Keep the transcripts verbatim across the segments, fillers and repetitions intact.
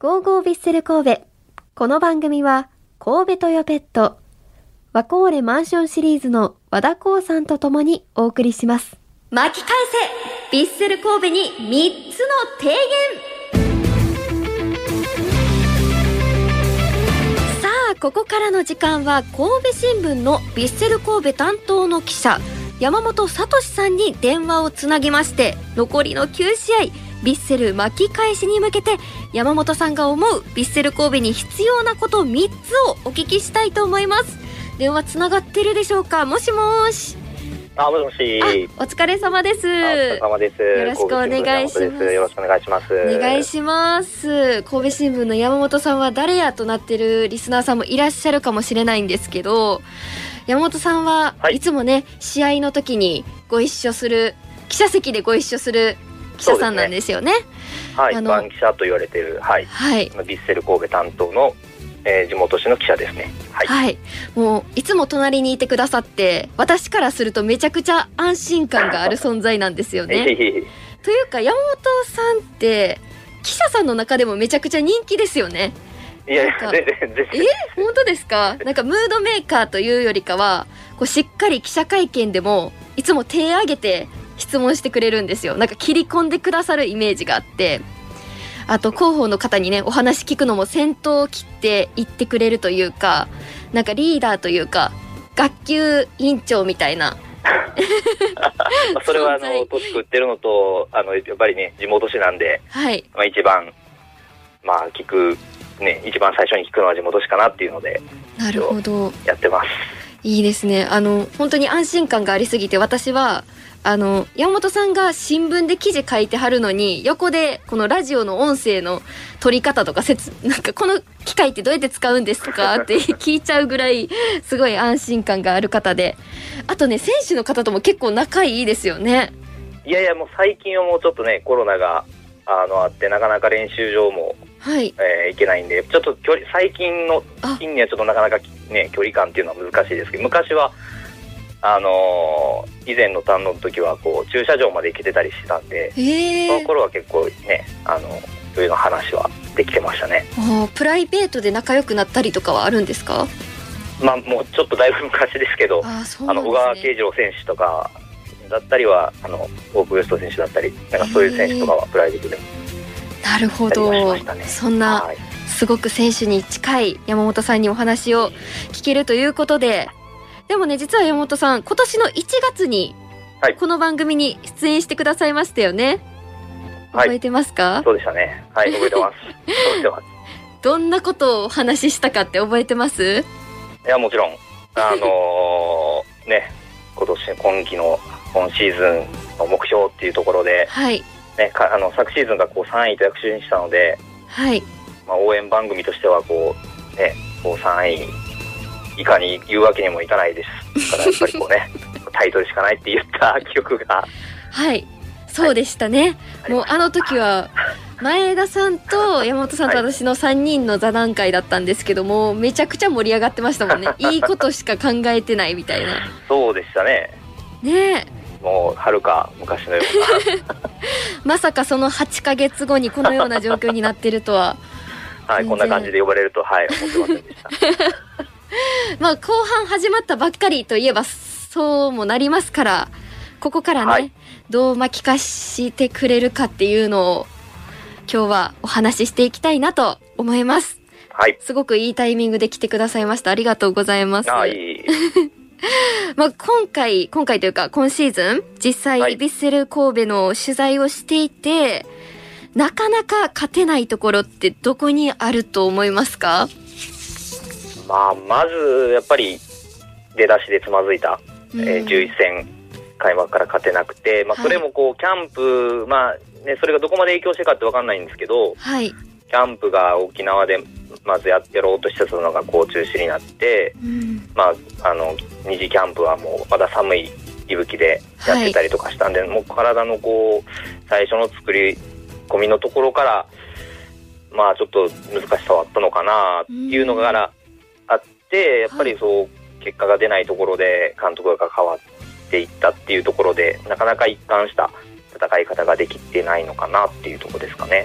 ゴーゴービッセル神戸。この番組は神戸トヨペット、ワコーレマンションシリーズの和田光さんと共にお送りします。巻き返せビッセル神戸にみっつの提言。さあ、ここからの時間は神戸新聞のビッセル神戸担当の記者山本聡さんに電話をつなぎまして、残りのきゅうしあいビッセル巻き返しに向けて山本さんが思うヴィッセル神戸に必要なことみっつをお聞きしたいと思います。電話つながってるでしょうか。もしもーし。 あ、もしもし。 お疲れ様です。 お疲れ様です。 よろしくお願いします。 よろしくお願いします。 お願いします。神戸新聞の山本さんは誰やとなってるリスナーさんもいらっしゃるかもしれないんですけど、山本さんはいつもね、はい、試合の時にご一緒する、記者席でご一緒する記者さんなんですよね。 はい、番記者と言われている、はい、はい、ヴィッセル神戸担当の、えー、地元紙の記者ですね。はい、はい、 もういつも隣にいてくださって、私からするとめちゃくちゃ安心感がある存在なんですよね。というか山本さんって記者さんの中でもめちゃくちゃ人気ですよね。 いやいや、全然全然。 え、本当ですか？なんかムードメーカーというよりかは、こうしっかり記者会見でもいつも手を挙げて質問してくれるんですよ。なんか切り込んでくださるイメージがあって、あと広報の方にねお話聞くのも先頭を切って言ってくれるというか、なんかリーダーというか学級委員長みたいなそれはあの年食ってるのと、あのやっぱりね地元紙なんで、はい、まあ、一番まあ聞くね、一番最初に聞くのは地元紙かなっていうので、 なるほど、 やってます。 いいですね。あの本当に安心感がありすぎて、私はあの山本さんが新聞で記事書いてはるのに、横でこのラジオの音声の取り方とか説、なんかこの機械ってどうやって使うんですかって聞いちゃうぐらいすごい安心感がある方で、あとね選手の方とも結構仲いいですよね。 いやいや、もう最近はもうちょっとねコロナがあのあってなかなか練習場も、はい、えー、行けないんで、ちょっと距離最近の近年はちょっとなかなかね距離感っていうのは難しいですけど、昔はあのー、以前の担当の時はこう駐車場まで行けてたりしたんで、その頃は結構ね、あのそういうの話はできてましたね。 あ、プライベートで仲良くなったりとかはあるんですか？ まあもうちょっとだいぶ昔ですけど、ああの小川慶次郎選手とかだったりは、あのオープンウエスト選手だったり、なんかそういう選手とかはプライベートでも、 なるほど、ね、そんな、はい、すごく選手に近い山本さんにお話を聞けるということで、でもね実は山本さん今年のいちがつにこの番組に出演してくださいましたよね。はい、覚えてますか？ そうでしたね。はい、覚えてます覚えてます。 どんなことをお話ししたかって覚えてます？ いや、もちろんあのー、ね今年今季の今シーズンの目標っていうところで、はい、ね、かあの昨シーズンがこうさんいと躍進したので、はい、まあ、応援番組としてはこう、ね、こうさんい以下に言うわけにもいかないですから、やっぱりこうねタイトルしかないって言った記憶がはい、そうでしたね。はい、もうあの時は前田さんと山本さんと私のさんにんの座談会だったんですけども、めちゃくちゃ盛り上がってましたもんねいいことしか考えてないみたいな。 そうでしたね。 ねえ、 もうはるか昔のようなまさかそのはちかげつごにこのような状況になってるとははい、こんな感じで呼ばれると、はい、思ってませんでしたまあ後半始まったばっかりといえばそうもなりますから、ここからね、はい、どう巻き返してくれるかっていうのを今日はお話ししていきたいなと思います。はい、すごくいいタイミングで来てくださいました。ありがとうございます。 あ、いいまあ今回今回というか今シーズン実際、はい、ヴィッセル神戸の取材をしていて、なかなか勝てないところってどこにあると思いますか？ まあ、まずやっぱり出だしでつまずいた、うん、えー、じゅういっせん開幕から勝てなくて、まあ、それもこうキャンプ、まあね、それがどこまで影響してかって分かんないんですけど、はい、キャンプが沖縄でまず や, やろうとしてたのがこう中止になって、うん、まあ、あの二次キャンプはもうまだ寒い息吹でやってたりとかしたんで、はい、もう体のこう最初の作り込みのところからまあちょっと難しさはあったのかなっていうのがあって、やっぱりそう結果が出ないところで監督が変わっていったっていうところで、なかなか一貫した戦い方ができてないのかなっていうところですかね。 うん、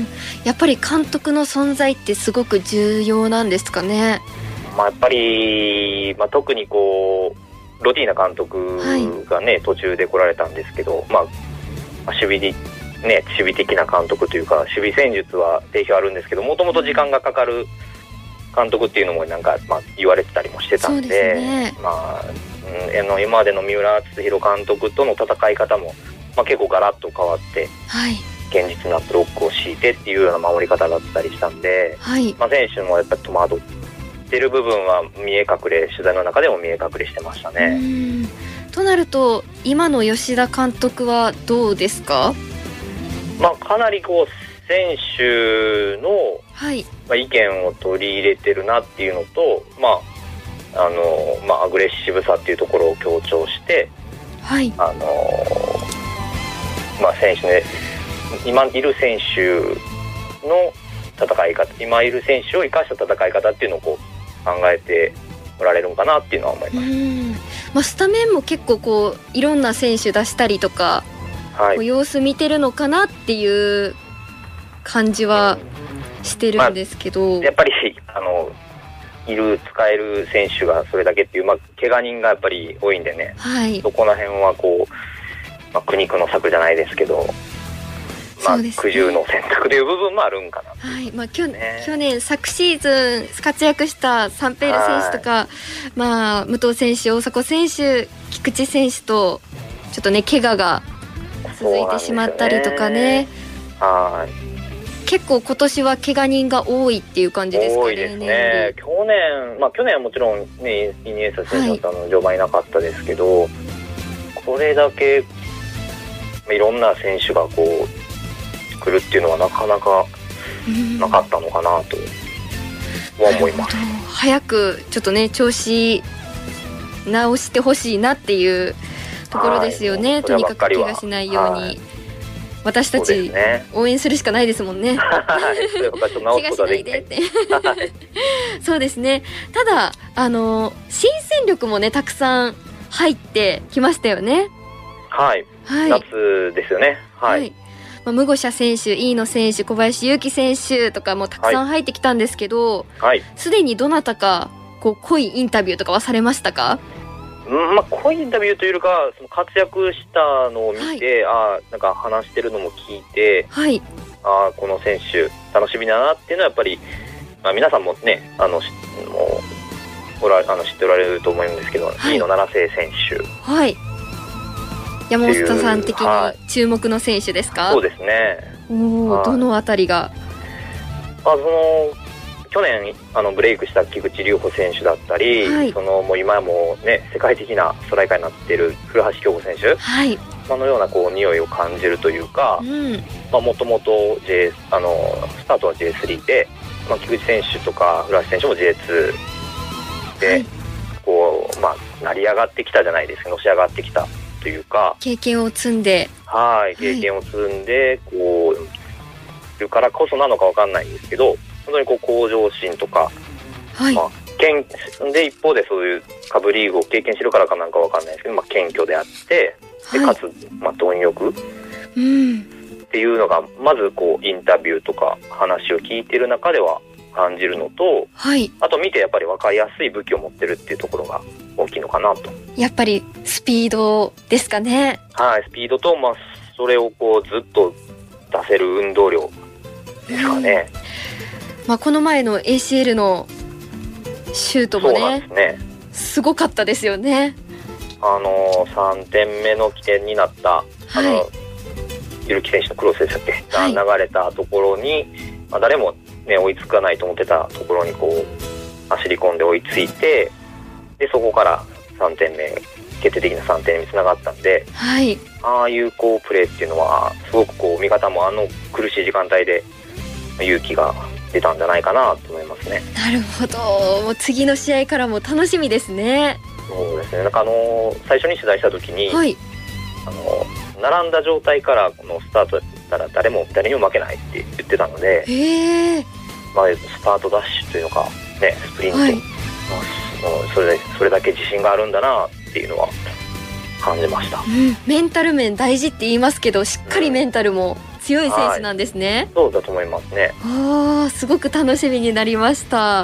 やっぱり監督の存在ってすごく重要なんですかね。 まあ、やっぱり、まあ、特にこうロティーナ監督がね、はい、途中で来られたんですけど、まあ、守備的、ね、守備的な監督というか守備戦術は定評あるんですけど、もともと時間がかかる監督っていうのもなんか、まあ、言われてたりもしてたん で, で、ね、まあ、うん、の今までの三浦敦弘監督との戦い方も、まあ、結構ガラッと変わって、はい、堅実なブロックを敷いてっていうような守り方だったりしたんで、はい、まあ、選手もやっぱり戸惑ってる部分は見え隠れ、取材の中でも見え隠れしてましたね。 うん、となると今の吉田監督はどうですか？ まあ、かなりこう選手の、はいまあ、意見を取り入れてるなっていうのと、まああのまあ、アグレッシブさっていうところを強調して、はいあのまあ、選手ね、今いる選手の戦い方、今いる選手を生かした戦い方っていうのをこう考えておられるのかなっていうのは思います。うん、 まあ、スタメンも結構こういろんな選手出したりとか、はい、こう様子見てるのかなっていう感じはしてるんですけど、 まあ、やっぱりあのいる使える選手がそれだけっていう、まあ、怪我人がやっぱり多いんでね、はい、そこら辺はこう、まあ、苦肉の策じゃないですけど、まあね、苦渋の選択という部分もあるんかな、 はいまあ、去, ね、去年昨シーズン活躍したサンペール選手とか、まあ、武藤選手、大迫選手、菊池選手とちょっとね怪我が続いてしまったりとかね、はい結構今年は怪我人が多いっていう感じですかね。 多いですね。去年、まあ、去年はもちろん、ね、イニエスタ選手の序盤いなかったですけど、はい、これだけいろんな選手がこう来るっていうのはなかなかなかったのかなとは思います。 早くちょっとね調子直してほしいなっていうところですよね。とにかく怪我しないように、はい、私たち応援するしかないですもんね。怪我しないでってそうですね。ただあの新戦力もねたくさん入ってきましたよね。 はい、はい、夏ですよね。はい、はいまあ、ムゴシャ選手、飯野選手、小林優希選手とかもたくさん入ってきたんですけど、すで、はい、にどなたかこう濃いインタビューとかはされましたか？ うんまあ、濃いインタビューというよりかその活躍したのを見て、はい、あなんか話してるのも聞いて、はい、あこの選手楽しみだなっていうのはやっぱり、まあ、皆さんもねあのもうおらあの知っておられると思うんですけど、はい、飯野七星選手、はい、 山本さん的に注目の選手ですか？ はい、そうですね。 おどのあたりが？ あその去年あのブレイクした菊池流穂選手だったり、はい、そのもう今もね世界的なストライカーになっている古橋京子選手、はい、そのようなこう匂いを感じるというか、もともとスタートは ジェイスリー で、まあ、菊池選手とか古橋選手も ジェイツー で、はい、こうまあ成り上がってきたじゃないですか、のし上がってきたというか経験を積んで、 はい経験を積んで、はい、こういるからこそなのか分かんないんですけど、本当にこう向上心とか、はいまあ、謙で一方でそういう下部リーグを経験してるからかなんか分かんないですけど、まあ、謙虚であってで、はい、かつ、まあ、貪欲、うん、っていうのがまずこうインタビューとか話を聞いてる中では感じるのと、はい、あと見てやっぱり分かりやすい武器を持ってるっていうところが大きいのかなと。 やっぱりスピードですかね。 はい、スピードと、まあ、それをこうずっと出せる運動量ですかね。 うんまあ、この前の エーシーエル のシュートも ね, そうなんですねすごかったですよね。 あのさんてんめの起点になった、はい、あのゆるき選手のクロスでしたっけ、はい、が流れたところに、まあ、誰も、ね、追いつかないと思ってたところにこう走り込んで追いついて、でそこからさんてんめ決定的なさんてんめにつながったんで、はい、ああいうこうプレーっていうのはすごくこう味方もあの苦しい時間帯で勇気が出たんじゃないかなと思いますね。 なるほど。もう次の試合からも楽しみですね。 そうですね。なんかあの最初に取材した時に、はい、あの並んだ状態からこのスタートだったら誰も誰にも負けないって言ってたので、へー、まあ、スタートダッシュというのかねスプリント、はい、まあ、それそれだけ自信があるんだなっていうのは感じました。 うん、メンタル面大事って言いますけど、しっかりメンタルも強い選手なんですね。 うん、そうだと思いますね。 あー、すごく楽しみになりました。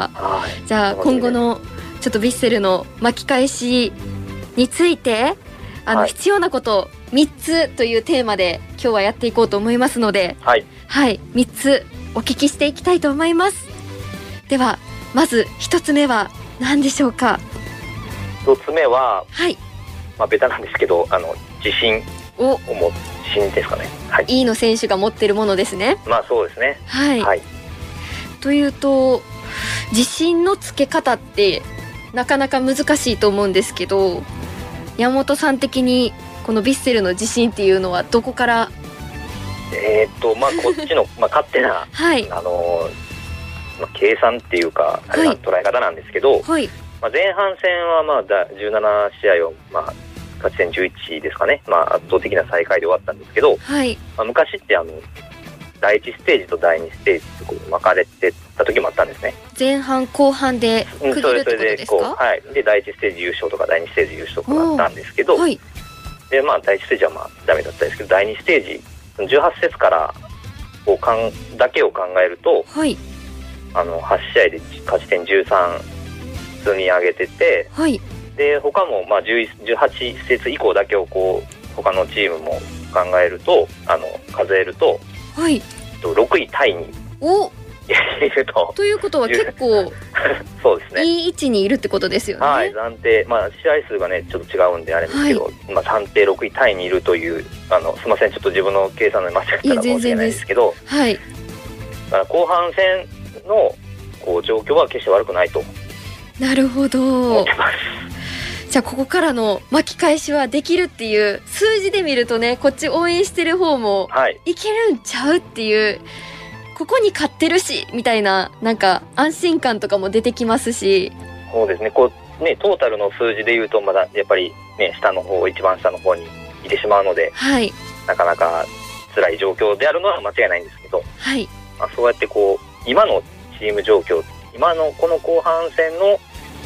はい、 じゃあ今後のちょっとヴィッセルの巻き返しについて、あの、はい、必要なことみっつというテーマで今日はやっていこうと思いますので、 はい、 はい、みっつお聞きしていきたいと思います。ではまずひとつめは何でしょうか？ ひとつめは、 はい、 まあ、ベタなんですけど、あの自信を持つ自信ですかね。はい、 E の選手が持っているものですね。 まあそうですね。 はい、はい、というと自信のつけ方ってなかなか難しいと思うんですけど、山本さん的にこのヴィッセルの自信っていうのはどこから？ えー、っとまあこっちのまあ勝手な、 はい、 あのまあ、計算っていうかあれな捉え方なんですけど、 はい、 まあ、前半戦はまあだじゅうななしあいをまあ勝ち点じゅういちですかね、まあ、圧倒的な最下位で終わったんですけど、 はい、 まあ、昔ってあのだいいちステージとだいにステージってこう分かれてた時もあったんですね。 前半後半で区切るってことですか？ はい、でだいいちステージ優勝とかだいにステージ優勝とかあったんですけど、 はい、 でまあ、だいいちステージはまあダメだったんですけど、だいにステージじゅうはち節からこうかんだけを考えると、 はい、 あのはち試合で勝ち点じゅうさん積み上げてて、 はい、で他もまあじゅうはち節以降だけをこう他のチームも考えると、あの数えると、 はい、 ろくいタイにおいると。 ということは結構そうですね、 いい位置にいるってことですよね。 はい、暫定、まあ、試合数がねちょっと違うんであれですけど、はい、まあ、暫定ろくいタイにいるという、あのすみません、ちょっと自分の計算で間違ったら申し訳ないですけど、 はい、 だから後半戦のこう状況は決して悪くないと。 なるほど。じゃあここからの巻き返しはできるっていう、数字で見るとね、こっち応援してる方も、はい、いけるんちゃうっていう、ここに勝ってるしみたいな、なんか安心感とかも出てきますし。 そうですね、こうね、トータルの数字でいうとまだやっぱりね、下の方、一番下の方にいてしまうので、 はい、なかなか辛い状況であるのは間違いないんですけど、 はい、 まあ、そうやってこう今のチーム状況、今のこの後半戦の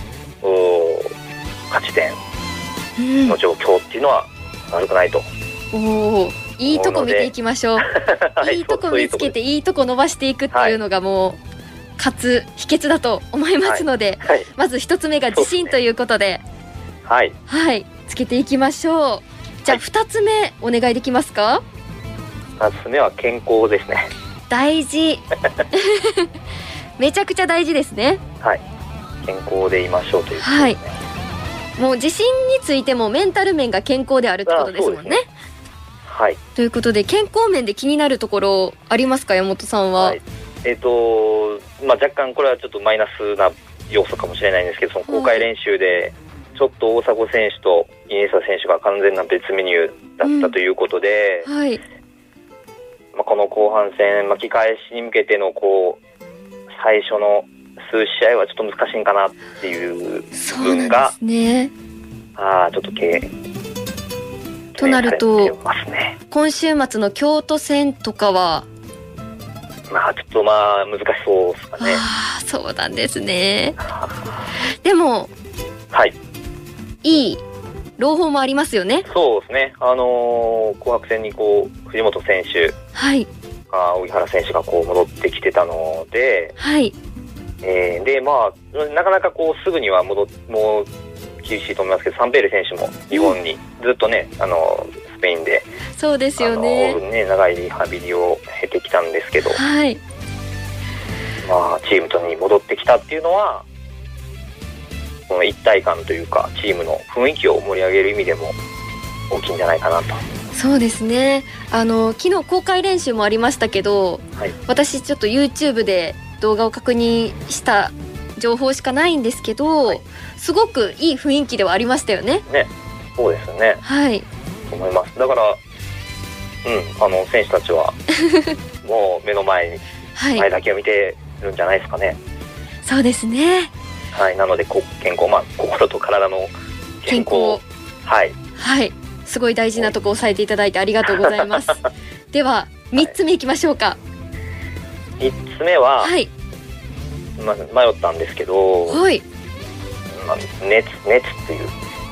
勝ち点の状況っていうのは悪くないと、 うん、おー、いいとこ見ていきましょう。はい、いいとこ見つけていいとこ伸ばしていくっていうのがもう、はい、勝つ秘訣だと思いますので、はいはい、まず一つ目が自信ということで、 はい、 はい、つけていきましょう。じゃあ二つ目お願いできますか？ 二つ目は健康ですね。 大事。めちゃくちゃ大事ですね。 はい、健康でいましょうということですね。はい、 もう自信についてもメンタル面が健康であるってことですもんね。 はい、 ということで健康面で気になるところありますか、山本さんは？はい、 えーとまあ、若干これはちょっとマイナスな要素かもしれないんですけど、その公開練習でちょっと大迫選手とイニエスタ選手が完全な別メニューだったということで、 うん、はい、 まあ、この後半戦巻き返しに向けてのこう最初の数試合はちょっと難しいんかなっていう部分が、 そうですね、 あちょっと経となると、ね、今週末の京都戦とかはまあちょっとまあ難しそうですかね。 あ、そうなんですね。でも、 はい、 いい朗報もありますよね。 そうですね、あのー、紅白戦にこう藤本選手、 はい、 荻原選手がこう戻ってきてたので、 はい、 えー、でまあなかなかこうすぐには戻もう厳しいと思いますけど、サンペール選手も日本にずっとね、うん、あのスペインで、 そうですよ ね, ね長いリハビリを経てきたんですけど、 はい、 まあ、チームとに戻ってきたっていうのはこの一体感というかチームの雰囲気を盛り上げる意味でも大きいんじゃないかなと。 そうですね、あの昨日公開練習もありましたけど、はい、私ちょっと YouTube で動画を確認した情報しかないんですけど、はい、すごくいい雰囲気ではありましたよね。 ね、そうですね。 はい。 と思います。だから、うん、あの選手たちはもう目の前に、はい、前だけを見てるんじゃないですかね。 そうですね。 はい。なのでこ健康、まあ心と体の健康、健康、はいはい、すごい大事なとこ押さえていただいてありがとうございます。ではみっつめいきましょうか。 みっつめは。 はい。 ま、迷ったんですけど、 はい、 まあ、熱熱っていう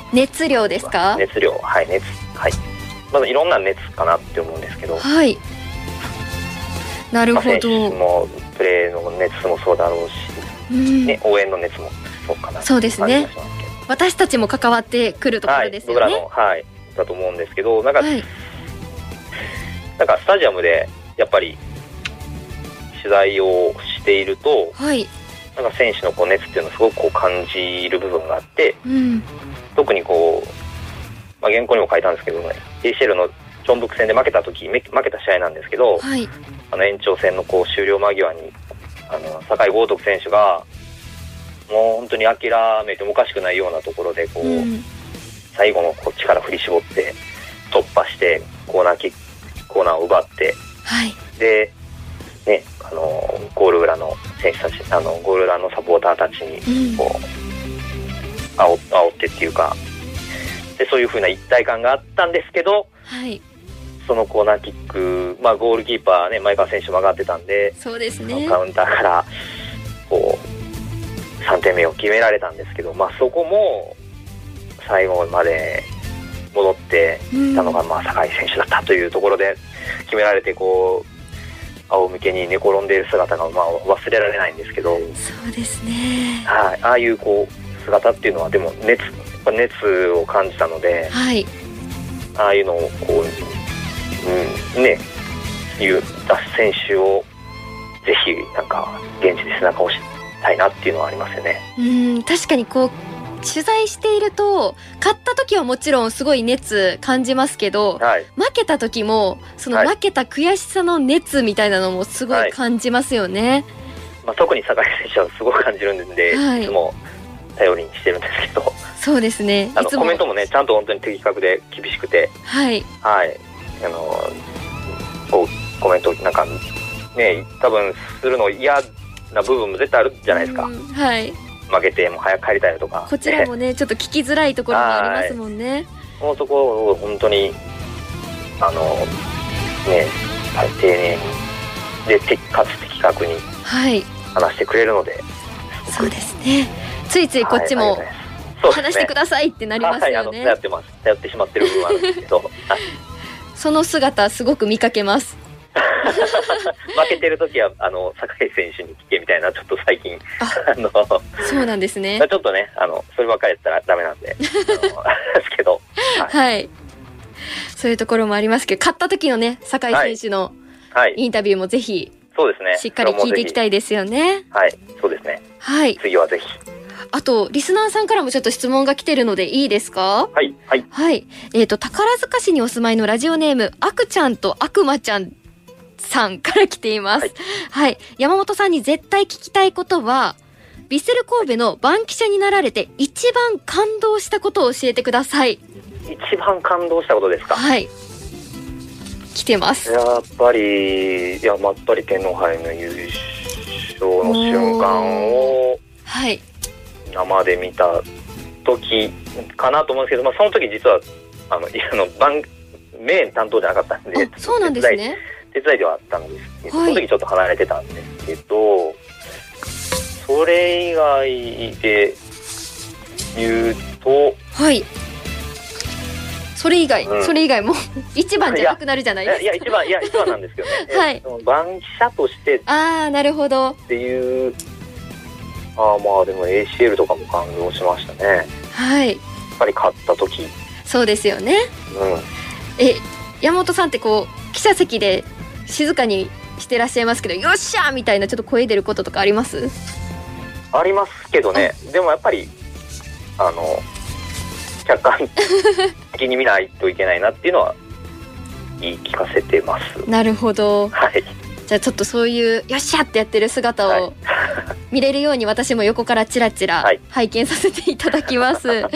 熱量ですか？ 熱量、はい、熱、はい。まずいろんな熱かなって思うんですけど、 はい。なるほど。 まあ、選手もプレーの熱もそうだろうし、 うんね、応援の熱もそうかな。 そうですね。私たちも関わってくるところですよね。 はい、僕らの、はい、だと思うんですけど、なんか、 はい、 なんかスタジアムでやっぱり取材をしていると、 はい、 なんか選手のこう熱っていうのをすごくこう感じる部分があって、 うん、 特にこう、まあ、原稿にも書いたんですけどね、エーシーエル のチョンブク戦で負けた時、負けた試合なんですけど、 はい、 あの延長戦のこう終了間際にあの酒井豪徳選手がもう本当に諦めてもおかしくないようなところでこう、うん、最後のこう力振り絞って突破してコーナーキックコーナーを奪って、 はい、 で、ね、あのゴール裏の選手たち、あのゴール裏のサポーターたちにこう、うん、煽, 煽ってっていうかで、そういう風な一体感があったんですけど、 はい、 そのコーナーキック、まあ、ゴールキーパー、ね、前川選手曲がってたんで、 そうですね、 カウンターからこうさんてんめを決められたんですけど、まあ、そこも最後まで戻っていたのが、まあ、酒井選手だったというところで決められて、こう仰向けに寝転んでいる姿が、まあ、忘れられないんですけど、 そうですね、 はい、ああいうこう姿っていうのはでも 熱, 熱を感じたので、 はい、 ああいうのをこううんね、いう選手をぜひなんか現地で背中を押したいなっていうのはありますよね。 うん、確かにこう取材していると勝った時はもちろんすごい熱感じますけど、 はい、 負けた時もその負けた悔しさの熱みたいなのもすごい感じますよね。はい、 まあ、特に酒井選手はすごく感じるんで、はい、いつも頼りにしてるんですけど、 そうですね、 あのコメントもねちゃんと本当に的確で厳しくて、 はい、 はい、あのこうコメントなんかね多分するの嫌な部分も絶対あるじゃないですか、うん、 はい、 負けてもう早く帰りたいとか、 こちらもねちょっと聞きづらいところもありますもんね。 もうそこを本当にあのね丁寧にでかつ的確に話してくれるので、はい、 そうですね、ついついこっちも、はい、話してくださいってなりますよね。はい、あの頼ってます頼ってしまってる部分はあるんですけどその姿すごく見かけます負けてるときはあの酒井選手に聞けみたいな、ちょっと最近 あ, あのそうなんですね、 ちょっとねあのそればっかりやったらダメなんでですけど、 はい、はい、そういうところもありますけど、勝った時のね酒井選手のインタビューもぜひ、 そうですね、 しっかり聞いていきたいですよね。 はい、そうですね、 はい、 次はぜひ。 あとリスナーさんからもちょっと質問が来てるのでいいですか？ はいはい、 はい、えーと宝塚市にお住まいのラジオネームあくちゃんと悪魔ちゃんさんから来ています。はい、はい、山本さんに絶対聞きたいことは、ヴィッセル神戸の番記者になられて一番感動したことを教えてください。 一番感動したことですか？ はい、来てます。 やっぱりやっぱり天皇杯の優勝の瞬間を、はい、生で見た時かなと思うんですけど、まあ、その時実はあのあの番メイン担当じゃなかったんで、 そうなんですね、 手伝いではあったんですけど、 はい、 その時ちょっと離れてたんですけど、それ以外で言うと、 はい、それ以外、うん、それ以外も一番じゃなくなるじゃないですか。 いや、いや一番いや一番なんですけどね、 はい、 番記者としてああなるほどっていう、ああまあでも エーシーエル とかも感動しましたね。 はい、 やっぱり勝った時。 そうですよね、うん、え山本さんってこう記者席で静かにしてらっしゃいますけど、よっしゃーみたいなちょっと声出ることとかあります？ ありますけどね、でもやっぱりあの客観的に見ないといけないなっていうのは言い聞かせてます。なるほど、 はい、 じゃあちょっとそういうよっしゃってやってる姿を見れるように私も横からチラチラ拝見させていただきます、はい、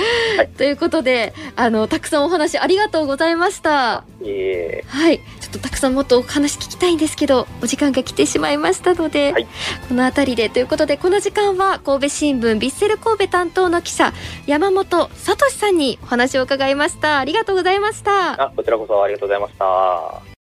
ということであのたくさんお話ありがとうございました。 いえ、 はい、ちょっとたくさんもっとお話聞きたいんですけどお時間が来てしまいましたので、はい、このあたりでということで、この時間は神戸新聞ヴィッセル神戸担当の記者山本聡さんにお話を伺いました。ありがとうございました。 あ、こちらこそありがとうございました。